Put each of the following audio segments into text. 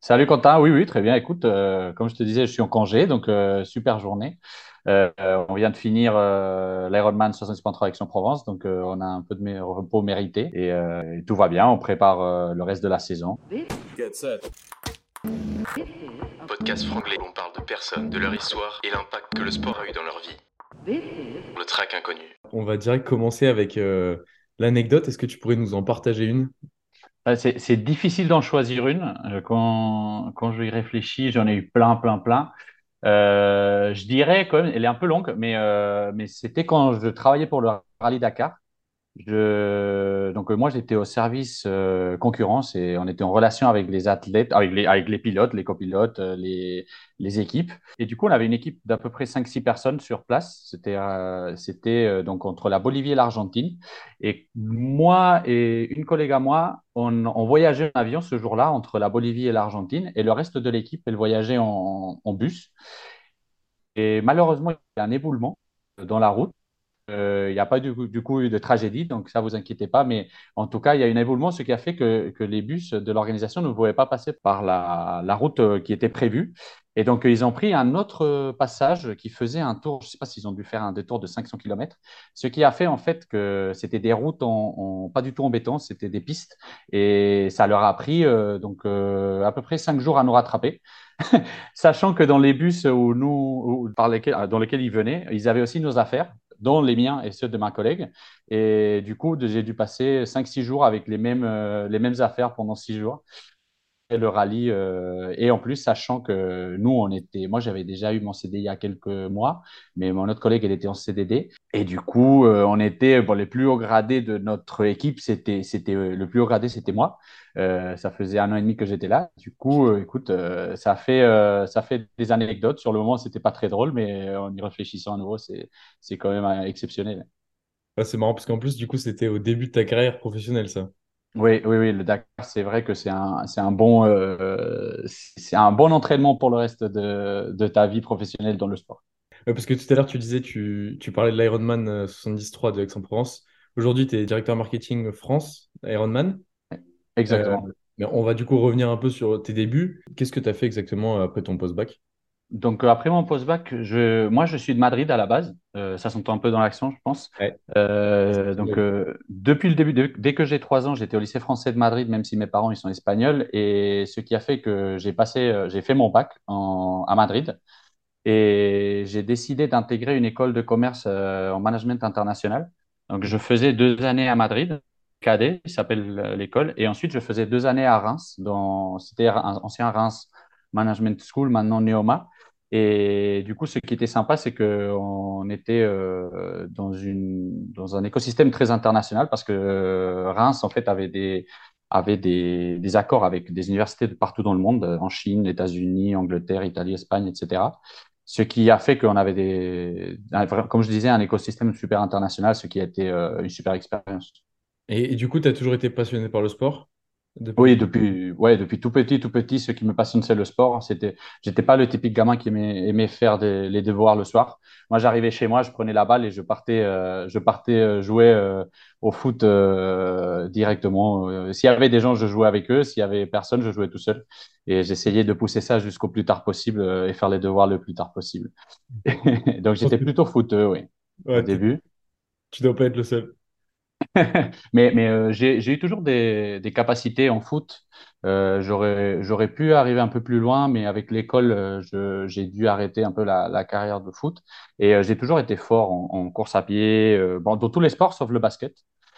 Salut Quentin, oui, oui, très bien. Écoute, comme je te disais, je suis en congé, donc super journée. On vient de finir l'Ironman 66.3 Aix-en-Provence, donc on a un peu de repos mérité et tout va bien. On prépare le reste de la saison. Get set. Podcast franglais, on parle de personnes, de leur histoire et l'impact que le sport a eu dans leur vie. Le track inconnu. On va direct commencer avec l'anecdote. Est-ce que tu pourrais nous en partager une? C'est difficile d'en choisir une. Quand je y réfléchis, j'en ai eu plein, plein, plein. Je dirais quand même, elle est un peu longue, mais c'était quand je travaillais pour le Rallye Dakar. Moi, j'étais au service concurrence et on était en relation avec les athlètes, avec les pilotes, les copilotes, les équipes. Et du coup, on avait une équipe d'à peu près 5 6 personnes sur place. C'était donc entre la Bolivie et l'Argentine. Et moi et une collègue à moi, on voyageait en avion ce jour-là entre la Bolivie et l'Argentine. Et le reste de l'équipe, elle voyageait en bus. Et malheureusement, il y a un éboulement dans la route. Il n'y a pas du coup eu de tragédie, donc ça vous inquiétez pas. Mais en tout cas, il y a eu un éboulement, ce qui a fait que les bus de l'organisation ne pouvaient pas passer par la route qui était prévue. Et donc, ils ont pris un autre passage qui faisait un tour, je ne sais pas s'ils ont dû faire un détour de 500 kilomètres, ce qui a fait en fait que c'était des routes pas du tout en béton, c'était des pistes. Et ça leur a pris à peu près 5 jours à nous rattraper. Sachant que dans les bus dans lesquels ils venaient, ils avaient aussi nos affaires, dont les miens et ceux de ma collègue. Et du coup, j'ai dû passer 5 6 jours avec les mêmes affaires pendant 6 jours. Et le rallye, et en plus, sachant que moi j'avais déjà eu mon CDI il y a quelques mois, mais mon autre collègue, elle était en CDD. Et du coup, on était, bon, les plus hauts gradés de notre équipe, le plus haut gradé, c'était moi. Ça faisait 1 an et demi que j'étais là. Du coup, écoute, ça fait des anecdotes. Sur le moment, c'était pas très drôle, mais en y réfléchissant à nouveau, c'est quand même exceptionnel. Ouais, c'est marrant parce qu'en plus, du coup, c'était au début de ta carrière professionnelle, ça. Oui, oui, oui, le Dakar, c'est vrai que c'est un bon entraînement pour le reste de ta vie professionnelle dans le sport. Ouais, parce que tout à l'heure, tu disais, tu parlais de l'Ironman 73 de Aix-en-Provence. Aujourd'hui, tu es directeur marketing France, Ironman. Euh, Exactement. mais on va du coup revenir un peu sur tes débuts. Qu'est-ce que tu as fait exactement après ton post-bac? Donc, après mon post-bac, moi, je suis de Madrid à la base. Ça s'entend un peu dans l'accent, je pense. Ouais. Ouais. Depuis le début, dès que j'ai 3 ans, j'étais au lycée français de Madrid, même si mes parents, ils sont espagnols. Et ce qui a fait que j'ai fait mon bac à Madrid. Et j'ai décidé d'intégrer une école de commerce en management international. Donc, je faisais 2 années à Madrid, cadet, il s'appelle l'école, et ensuite je faisais 2 années à Reims, c'était un ancien Reims Management School, maintenant Neoma. Et du coup, ce qui était sympa, c'est qu'on était dans un écosystème très international parce que Reims, en fait, avait des accords avec des universités de partout dans le monde, en Chine, les États-Unis, Angleterre, Italie, Espagne, etc. Ce qui a fait qu'on avait comme je disais, un écosystème super international, ce qui a été une super expérience. Et du coup, tu as toujours été passionné par le sport Oui, depuis... depuis tout petit, ce qui me passionne, c'est le sport. J'étais pas le typique gamin qui aimait faire les devoirs le soir. Moi, j'arrivais chez moi, je prenais la balle et je partais jouer au foot directement. S'il y avait des gens, je jouais avec eux. S'il y avait personne, je jouais tout seul. Et j'essayais de pousser ça jusqu'au plus tard possible et faire les devoirs le plus tard possible. Donc, Je pense j'étais que plutôt footeux, oui, au ouais, début. tu dois pas être le seul. Mais j'ai eu toujours des capacités en foot. J'aurais pu arriver un peu plus loin, mais avec l'école, j'ai dû arrêter un peu la carrière de foot. Et j'ai toujours été fort en course à pied, bon, dans tous les sports sauf le basket.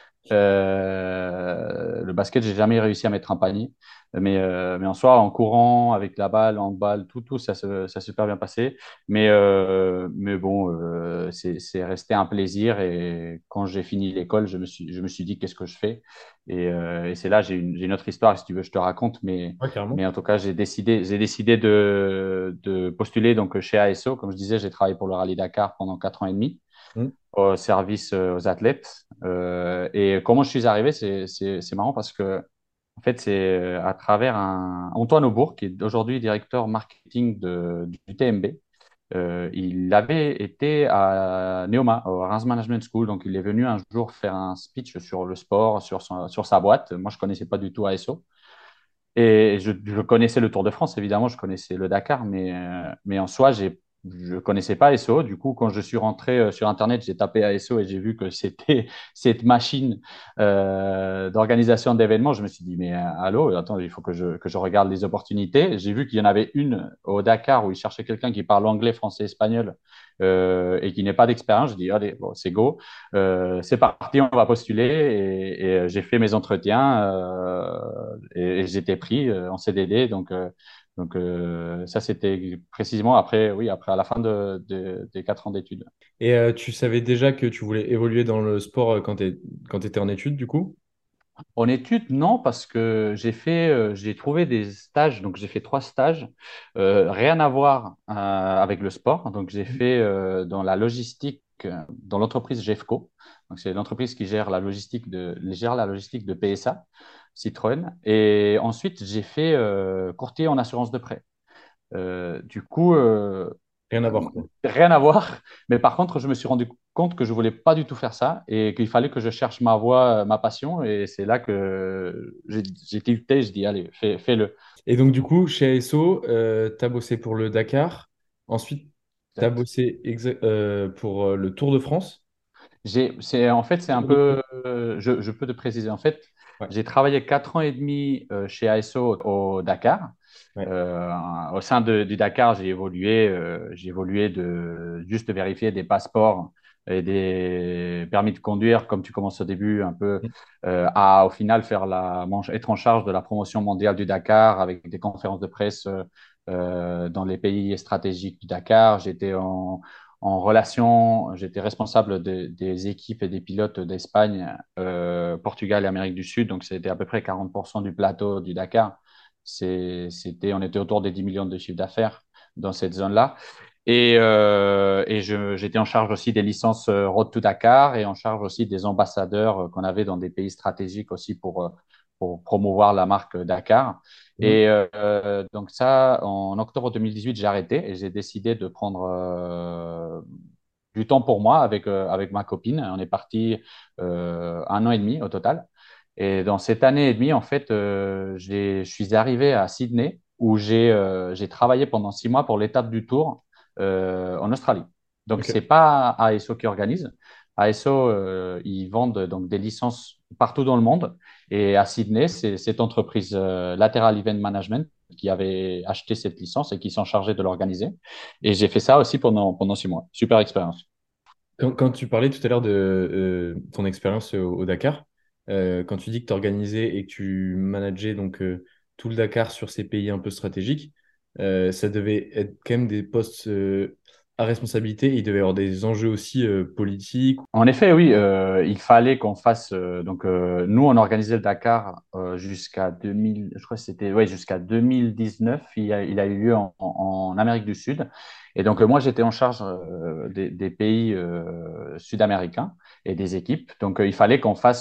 Le basket, j'ai jamais réussi à mettre un panier. Mais en soi, en courant, avec la balle, en balle, tout, ça s'est super bien passé. Mais bon, c'est resté un plaisir. Et quand j'ai fini l'école, je me suis dit, qu'est-ce que je fais? Et c'est là, j'ai une autre histoire, si tu veux, je te raconte. Mais, Ouais, carrément. mais en tout cas, j'ai décidé de postuler donc, chez ASO. Comme je disais, j'ai travaillé pour le Rallye Dakar pendant 4 ans et demi Hmm. au service aux athlètes. Et comment je suis arrivé, c'est marrant parce que, en fait, c'est à travers Antoine Aubourg, qui est aujourd'hui directeur marketing du TMB. Il avait été à Neoma, au Reims Management School, donc il est venu un jour faire un speech sur le sport, sur sa boîte. Moi, je ne connaissais pas du tout ASO. Et je connaissais le Tour de France, évidemment, je connaissais le Dakar, mais en soi, je connaissais pas ASO. Du coup, quand je suis rentré sur Internet, j'ai tapé ASO et j'ai vu que c'était cette machine d'organisation d'événements. Je me suis dit, mais allô, attends, il faut que je regarde les opportunités. J'ai vu qu'il y en avait une au Dakar où ils cherchaient quelqu'un qui parle anglais, français, espagnol et qui n'ait pas d'expérience. Je dis, allez, bon, c'est go. C'est parti, on va postuler et j'ai fait mes entretiens et j'étais pris en CDD. Ça, c'était précisément après, oui, après à la fin des 4 ans d'études. Et tu savais déjà que tu voulais évoluer dans le sport quand tu étais en études, du coup? En études, non, parce que j'ai trouvé des stages, donc j'ai fait 3 stages, rien à voir avec le sport. Donc j'ai fait dans la logistique, dans l'entreprise GEFCO. Donc c'est l'entreprise qui gère la logistique de PSA, Citroën. Et ensuite j'ai fait courtier en assurance de prêt. Du coup, Rien à voir, quoi. rien à voir. Mais par contre, je me suis rendu compte que je voulais pas du tout faire ça et qu'il fallait que je cherche ma voie, ma passion. Et c'est là que j'ai tilté. Je dis, allez, fais-le. Et donc, du coup, chez ASO, tu as bossé pour le Dakar. Ensuite, tu as Exact. bossé pour le Tour de France. En fait, c'est un Tour de France. peu, je peux te préciser. En fait, Ouais. j'ai travaillé 4 ans et demi chez ASO au Dakar. Ouais. Au sein du Dakar, j'ai évolué de juste vérifier des passeports et des permis de conduire, comme tu commences au début, un peu, à au final être en charge de la promotion mondiale du Dakar avec des conférences de presse dans les pays stratégiques du Dakar. En relation, j'étais responsable des équipes et des pilotes d'Espagne, Portugal et Amérique du Sud. Donc, c'était à peu près 40% du plateau du Dakar. On était autour des 10 millions de chiffre d'affaires dans cette zone-là. J'étais en charge aussi des licences Road to Dakar et en charge aussi des ambassadeurs qu'on avait dans des pays stratégiques aussi pour promouvoir la marque Dakar. Mhm. Donc ça, en octobre 2018, j'ai arrêté et j'ai décidé de prendre du temps pour moi avec ma copine. On est parti 1 an et demi au total. Et dans cette année et demie, en fait, je suis arrivé à Sydney où j'ai travaillé pendant 6 mois pour l'étape du Tour en Australie. Donc, Ok. c'est pas ASO qui organise. ASO, ils vendent donc des licences partout dans le monde. Et à Sydney, c'est cette entreprise Lateral Event Management qui avait acheté cette licence et qui s'en chargeait de l'organiser. Et j'ai fait ça aussi pendant 6 mois. Super expérience. Quand tu parlais tout à l'heure de ton expérience au Dakar, quand tu dis que tu organisais et que tu manageais donc tout le Dakar sur ces pays un peu stratégiques, ça devait être quand même des postes à responsabilité. Il devait y avoir des enjeux aussi politiques. En effet, oui, il fallait qu'on fasse. Nous, on organisait le Dakar jusqu'à 2000, je crois que c'était, ouais, jusqu'à 2019. Il a eu lieu en Amérique du Sud. Et donc, moi, j'étais en charge des pays sud-américains et des équipes. Donc, il fallait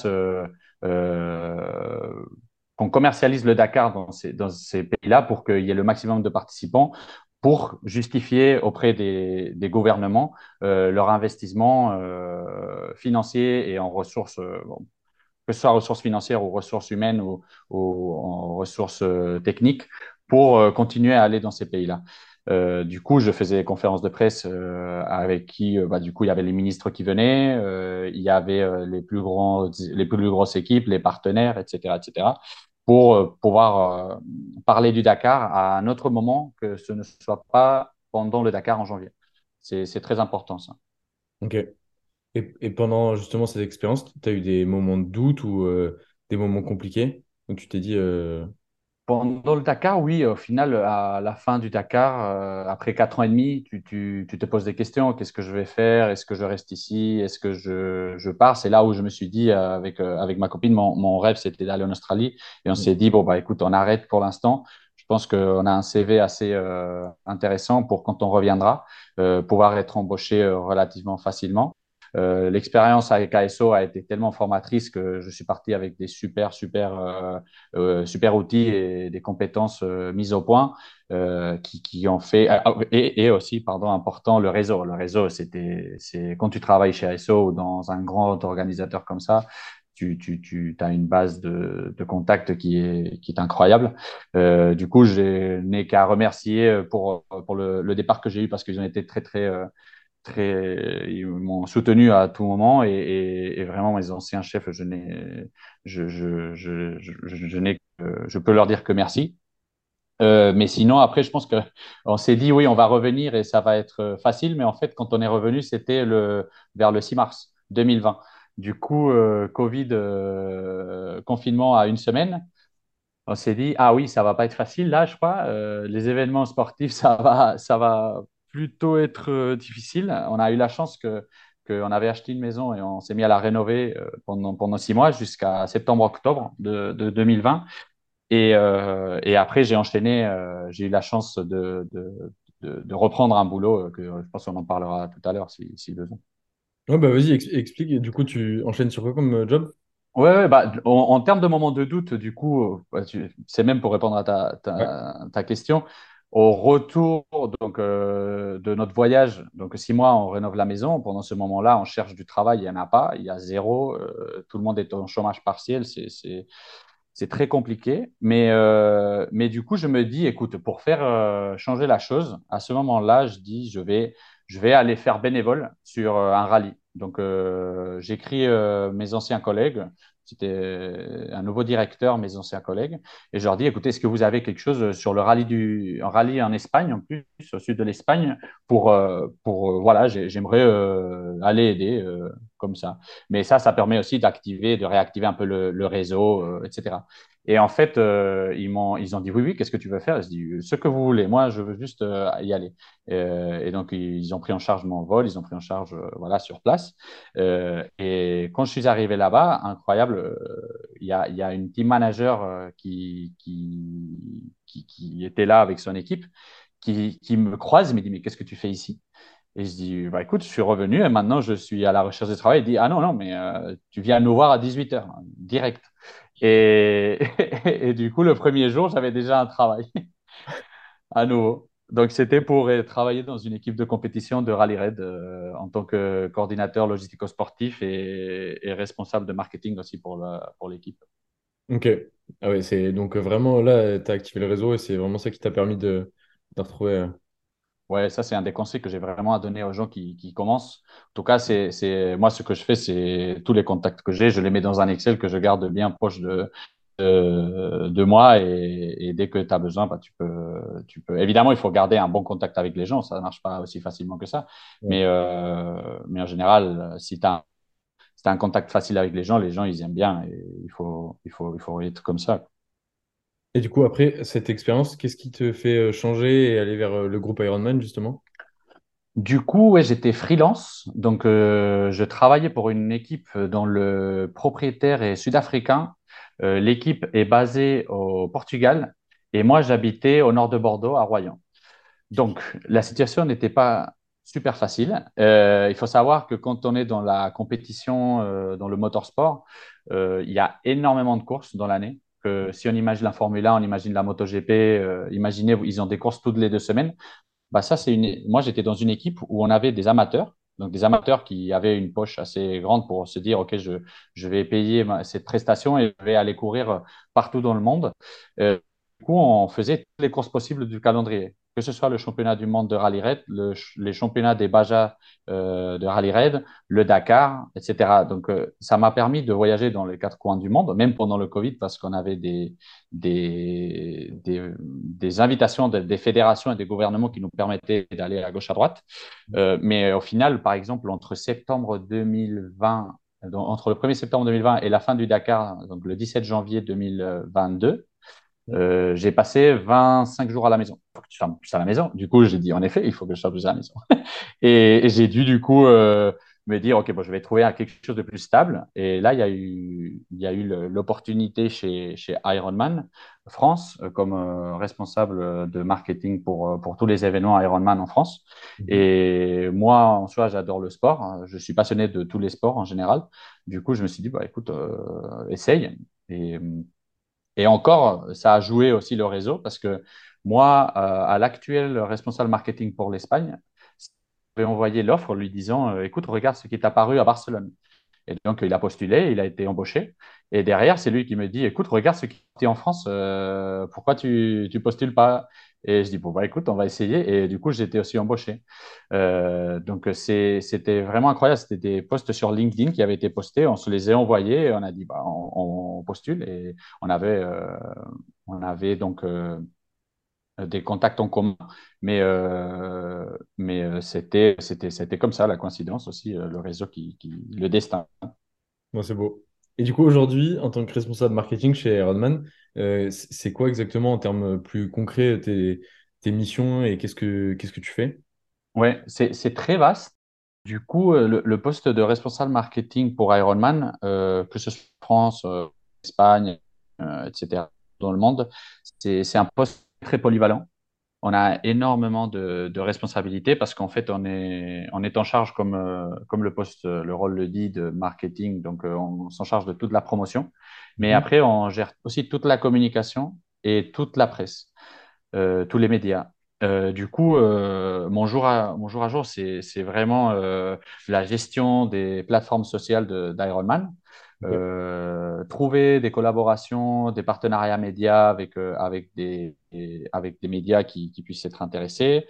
euh, qu'on commercialise le Dakar dans ces pays-là pour qu'il y ait le maximum de participants pour justifier auprès des gouvernements leur investissement financier et en ressources, bon, que ce soit ressources financières ou ressources humaines ou en ressources techniques, pour continuer à aller dans ces pays-là. Du coup, je faisais des conférences de presse avec qui, du coup, il y avait les ministres qui venaient, il y avait les plus grosses équipes, les partenaires, etc., etc., pour pouvoir parler du Dakar à un autre moment que ce ne soit pas pendant le Dakar en janvier. C'est très important, ça. Ok. Et pendant justement cette expérience, tu as eu des moments de doute ou des moments compliqués. Donc tu t'es dit, Pendant le Dakar, oui, au final, à la fin du Dakar, après 4 ans et demi, tu te poses des questions. Qu'est-ce que je vais faire? Est-ce que je reste ici? Est-ce que je pars? C'est là où je me suis dit, avec ma copine, mon rêve, c'était d'aller en Australie. Et on s'est dit, bon, bah, écoute, on arrête pour l'instant. Je pense qu'on a un CV assez intéressant pour quand on reviendra, pouvoir être embauché relativement facilement. L'expérience avec ASO a été tellement formatrice que je suis parti avec des super outils et des compétences mises au point qui ont fait et aussi pardon important le réseau. Le réseau, c'est quand tu travailles chez ASO ou dans un grand organisateur comme ça, tu as une base de contacts qui est incroyable. Du coup, je n'ai qu'à remercier pour le départ que j'ai eu parce qu'ils ont été ils m'ont soutenu à tout moment et vraiment mes anciens chefs, je n'ai je peux leur dire que merci. Mais sinon, après, je pense que on s'est dit, oui, on va revenir et ça va être facile. Mais en fait, quand on est revenu, c'était vers le 6 mars 2020. Du coup, Covid, confinement à une semaine. On s'est dit, ah oui, ça va pas être facile là, je crois. Les événements sportifs, ça va plutôt être difficile. On a eu la chance qu'on avait acheté une maison et on s'est mis à la rénover pendant 6 mois jusqu'à septembre-octobre de 2020. Et après, j'ai enchaîné. J'ai eu la chance de reprendre un boulot que je pense qu'on en parlera tout à l'heure si besoin. Ouais, bah vas-y, explique. Du coup, tu enchaînes sur quoi comme job? Ouais, ouais, bah, en termes de moments de doute, du coup, c'est même pour répondre à Ouais. ta question. Au retour donc, de notre voyage, donc 6 mois, on rénove la maison. Pendant ce moment-là, on cherche du travail, il n'y en a pas, il y a zéro. Tout le monde est en chômage partiel, c'est très compliqué. Mais du coup, je me dis, écoute, pour faire changer la chose, à ce moment-là, je dis, je vais aller faire bénévole sur un rallye. Donc, j'écris mes anciens collègues. C'était un nouveau directeur, mes anciens collègues. Et je leur dis, écoutez, est-ce que vous avez quelque chose sur le un rallye en Espagne, en plus, au sud de l'Espagne, voilà, j'aimerais aller aider comme ça. Mais ça permet aussi de réactiver un peu le réseau, etc. Et en fait, ils ont dit oui, oui, qu'est-ce que tu veux faire? Je dis ce que vous voulez. Moi, je veux juste y aller. Et donc, ils ont pris en charge mon vol, ils ont pris en charge, voilà, sur place. Et quand je suis arrivé là-bas, incroyable, il y a une team manager qui était là avec son équipe, qui me croise et me dit, mais qu'est-ce que tu fais ici? Et je dis, bah, écoute, je suis revenu et maintenant je suis à la recherche de travail. Il dit, ah non, non, mais tu viens nous voir à 18h, direct. Et, et du coup, le premier jour, j'avais déjà un travail à nouveau. Donc, c'était pour travailler dans une équipe de compétition de Rally Raid en tant que coordinateur logistico-sportif et responsable de marketing aussi pour l'équipe. Ok. Ah ouais, c'est donc vraiment là, tu as activé le réseau et c'est vraiment ça qui t'a permis de retrouver. Ouais, ça, c'est un des conseils que j'ai vraiment à donner aux gens qui commencent. En tout cas, moi, ce que je fais, c'est tous les contacts que j'ai, je les mets dans un Excel que je garde bien proche de moi. Et dès que tu as besoin, bah, tu peux. Évidemment, il faut garder un bon contact avec les gens. Ça ne marche pas aussi facilement que ça. Ouais. Mais en général, si tu as un contact facile avec les gens, ils aiment bien. Et il faut être comme ça. Et du coup, après cette expérience, qu'est-ce qui te fait changer et aller vers le groupe Ironman, justement? Du coup, ouais, j'étais freelance, donc je travaillais pour une équipe dont le propriétaire est sud-africain. L'équipe est basée au Portugal et moi, j'habitais au nord de Bordeaux, à Royan. Donc, la situation n'était pas super facile. Il faut savoir que quand on est dans la compétition, dans le motorsport, il y a énormément de courses dans l'année. Que si on imagine la Formule 1, on imagine la MotoGP, imaginez, ils ont des courses toutes les 2 semaines. Bah ça, moi, j'étais dans une équipe où on avait des amateurs, donc des amateurs qui avaient une poche assez grande pour se dire, OK, je vais payer cette prestation et je vais aller courir partout dans le monde. Du coup, on faisait toutes les courses possibles du calendrier, que ce soit le championnat du monde de rallye raid, les championnats des Baja de rallye raid, le Dakar, etc. Donc, ça m'a permis de voyager dans les 4 coins du monde, même pendant le Covid, parce qu'on avait des invitations des fédérations et des gouvernements qui nous permettaient d'aller à gauche, à droite. Mais au final, par exemple, entre le 1er septembre 2020 et la fin du Dakar, donc le 17 janvier 2022, j'ai passé 25 jours à la maison. Il faut que tu sois plus à la maison. Du coup, j'ai dit, en effet, il faut que je sois plus à la maison. Et j'ai dû, du coup, me dire, OK, bon, je vais trouver quelque chose de plus stable. Et là, il y a eu l'opportunité chez Ironman France comme responsable de marketing pour tous les événements Ironman en France. Mhm. Et moi, en soi, j'adore le sport. Je suis passionné de tous les sports en général. Du coup, je me suis dit, bah, écoute, essaye. Et encore, ça a joué aussi le réseau parce que moi, à l'actuel responsable marketing pour l'Espagne, j'avais envoyé l'offre lui disant, écoute, regarde ce qui est apparu à Barcelone. Et donc, il a postulé, il a été embauché. Et derrière, c'est lui qui me dit, écoute, regarde ce qui est en France, pourquoi tu postules pas? Et je dis, bon, bah écoute, on va essayer. Et du coup, j'étais aussi embauché. Donc, c'était vraiment incroyable. C'était des posts sur LinkedIn qui avaient été postés. On se les a envoyés et on a dit, bah, on postule. Et on avait donc des contacts en commun. Mais c'était comme ça, la coïncidence aussi, le réseau le destin. Bon, c'est beau. Et du coup, aujourd'hui, en tant que responsable marketing chez Ironman, c'est quoi exactement en termes plus concrets tes missions et qu'est-ce que tu fais? Ouais, c'est très vaste. Du coup, le poste de responsable marketing pour Ironman, que ce soit en France, Espagne, etc., dans le monde, c'est un poste très polyvalent. On a énormément de responsabilités parce qu'en fait, on est en charge, comme le poste, le rôle le dit, de marketing. Donc, on s'en charge de toute la promotion. Mais Mhm. après, on gère aussi toute la communication et toute la presse, tous les médias. Du coup, mon jour à jour, c'est vraiment la gestion des plateformes sociales d'Ironman. Ok. Trouver des collaborations, des partenariats médias avec des médias qui puissent être intéressés.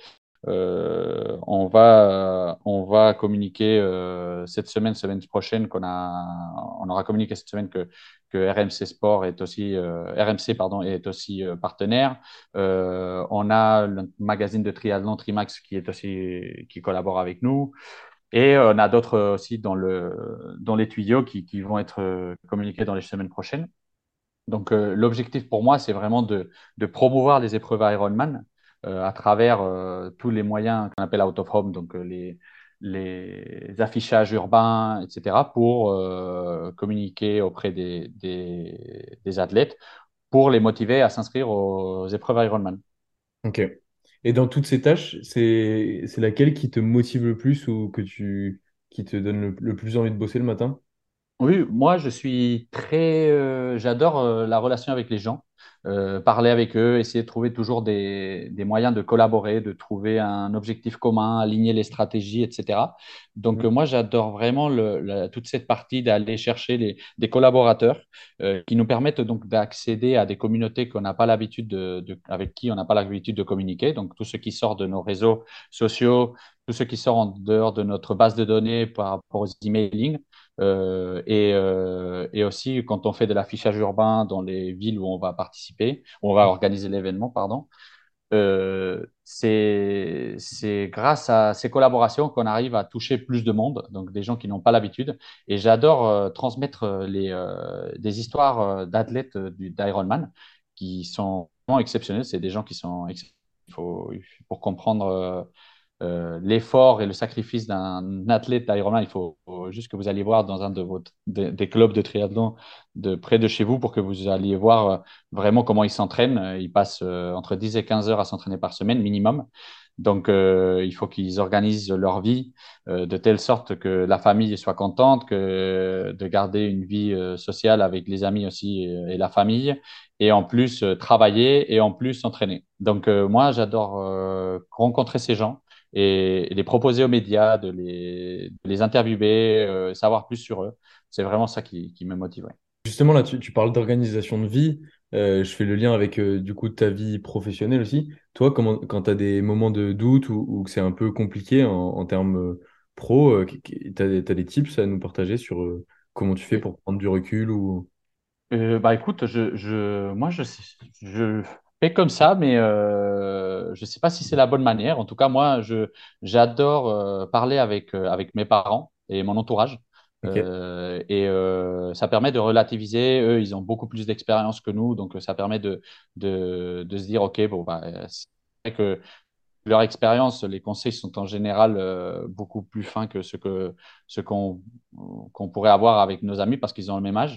On va communiquer cette semaine prochaine on aura communiqué cette semaine que RMC Sport est aussi, RMC pardon, est aussi partenaire. On a le magazine de triathlon Trimax qui collabore avec nous. Et on a d'autres aussi dans les tuyaux qui vont être communiqués dans les semaines prochaines. Donc, l'objectif pour moi, c'est vraiment de promouvoir les épreuves Ironman à travers tous les moyens qu'on appelle out of home, donc les affichages urbains, etc., pour communiquer auprès des athlètes, pour les motiver à s'inscrire aux épreuves Ironman. Ok. Et dans toutes ces tâches, c'est laquelle qui te motive le plus ou qui te donne le plus envie de bosser le matin? Oui, moi j'adore la relation avec les gens, parler avec eux, essayer de trouver toujours des moyens de collaborer, de trouver un objectif commun, aligner les stratégies, etc. Donc moi j'adore vraiment toute cette partie d'aller chercher des collaborateurs qui nous permettent donc d'accéder à des communautés qu'on n'a pas l'habitude avec qui on n'a pas l'habitude de communiquer. Donc tout ce qui sort de nos réseaux sociaux, tout ce qui sort en dehors de notre base de données par rapport aux emailing. Et aussi, quand on fait de l'affichage urbain dans les villes où on va participer, où on va organiser l'événement, pardon, c'est grâce à ces collaborations qu'on arrive à toucher plus de monde, donc des gens qui n'ont pas l'habitude. Et j'adore transmettre des histoires d'athlètes d'Ironman qui sont vraiment exceptionnels. C'est des gens qui sont pour comprendre l'effort et le sacrifice d'un athlète d'Ironman, il faut juste que vous alliez voir dans un des clubs de triathlon de près de chez vous pour que vous alliez voir vraiment comment ils s'entraînent. Ils passent entre 10 et 15 heures à s'entraîner par semaine minimum. Donc, il faut qu'ils organisent leur vie de telle sorte que la famille soit contente, de garder une vie sociale avec les amis aussi et la famille, et en plus travailler et en plus s'entraîner. Donc, moi, j'adore rencontrer ces gens et les proposer aux médias, de les interviewer, savoir plus sur eux. C'est vraiment ça qui me motive. Ouais. Justement, là, tu parles d'organisation de vie. Je fais le lien avec du coup ta vie professionnelle aussi. Toi, quand tu as des moments de doute ou que c'est un peu compliqué en termes pro, t'as des tips à nous partager sur comment tu fais pour prendre du recul ou... Bah écoute, moi je fais comme ça, mais je ne sais pas si c'est la bonne manière. En tout cas, moi, j'adore parler avec mes parents et mon entourage. Ok. Et ça permet de relativiser. Eux, ils ont beaucoup plus d'expérience que nous, donc ça permet de se dire, OK, bon, bah, c'est vrai que leur expérience, les conseils sont en général beaucoup plus fins que ce qu'on pourrait avoir avec nos amis parce qu'ils ont le même âge.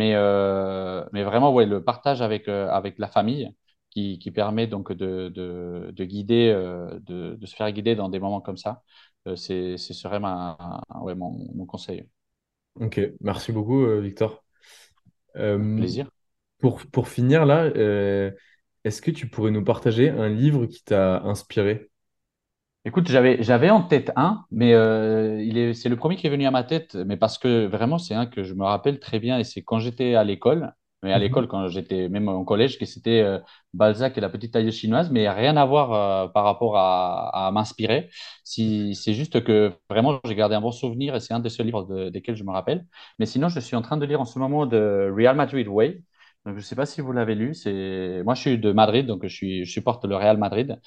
Mais vraiment, ouais, le partage avec la famille qui permet donc de guider, de se faire guider dans des moments comme ça, ce serait ouais, mon conseil. Ok, merci beaucoup, Victor. Avec Euh, plaisir. pour finir là, est-ce que tu pourrais nous partager un livre qui t'a inspiré? Écoute, j'avais en tête un, mais c'est le premier qui est venu à ma tête, mais parce que vraiment, c'est un que je me rappelle très bien, et c'est quand j'étais à l'école, mais à l'école, Mhm. quand j'étais même en collège, que c'était Balzac et la petite taille chinoise, mais rien à voir par rapport à m'inspirer. Si, c'est juste que vraiment, j'ai gardé un bon souvenir, et c'est un des seuls livres desquels je me rappelle. Mais sinon, je suis en train de lire en ce moment de Real Madrid Way. Donc, je ne sais pas si vous l'avez lu. Moi, je suis de Madrid, donc je supporte le Real Madrid.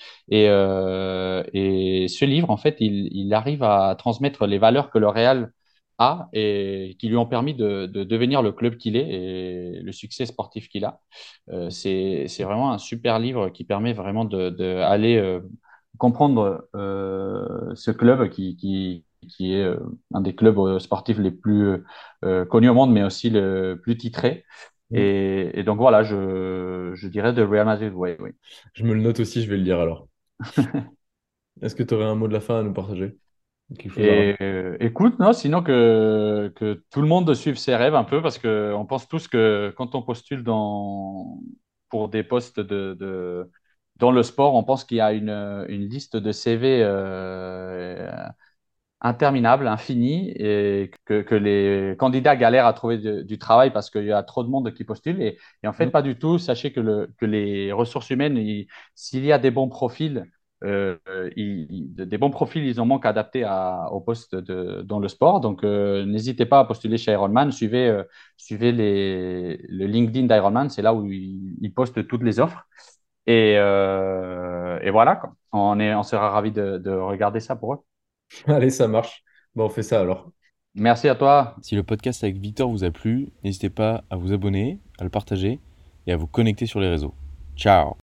Et ce livre, en fait, il arrive à transmettre les valeurs que le Real a et qui lui ont permis de devenir le club qu'il est et le succès sportif qu'il a. C'est vraiment un super livre qui permet vraiment aller comprendre ce club qui est un des clubs sportifs les plus connus au monde, mais aussi le plus titré. Mhm. Et donc voilà, je dirais de Real Madrid, ouais, oui. Je me le note aussi, je vais le lire alors. Est-ce que tu aurais un mot de la fin à nous partager? Quelque chose à Et rajouter? écoute, non, sinon que tout le monde suive ses rêves un peu, parce qu'on pense tous que quand on postule pour des postes dans le sport, on pense qu'il y a une liste de CV interminable, infinie, et que les candidats galèrent à trouver du travail parce qu'il y a trop de monde qui postule. Et en fait, Mhm. pas du tout. Sachez que les ressources humaines, s'il y a des bons profils, des bons profils, ils en manquent adaptés au poste dans le sport. Donc, n'hésitez pas à postuler chez Ironman. Suivez le LinkedIn d'Ironman, c'est là où ils postent toutes les offres. Et voilà, quoi. On sera ravis de regarder ça pour eux. Allez, ça marche. Bon, on fait ça alors. Merci à toi. Si le podcast avec Victor vous a plu, n'hésitez pas à vous abonner, à le partager et à vous connecter sur les réseaux. Ciao!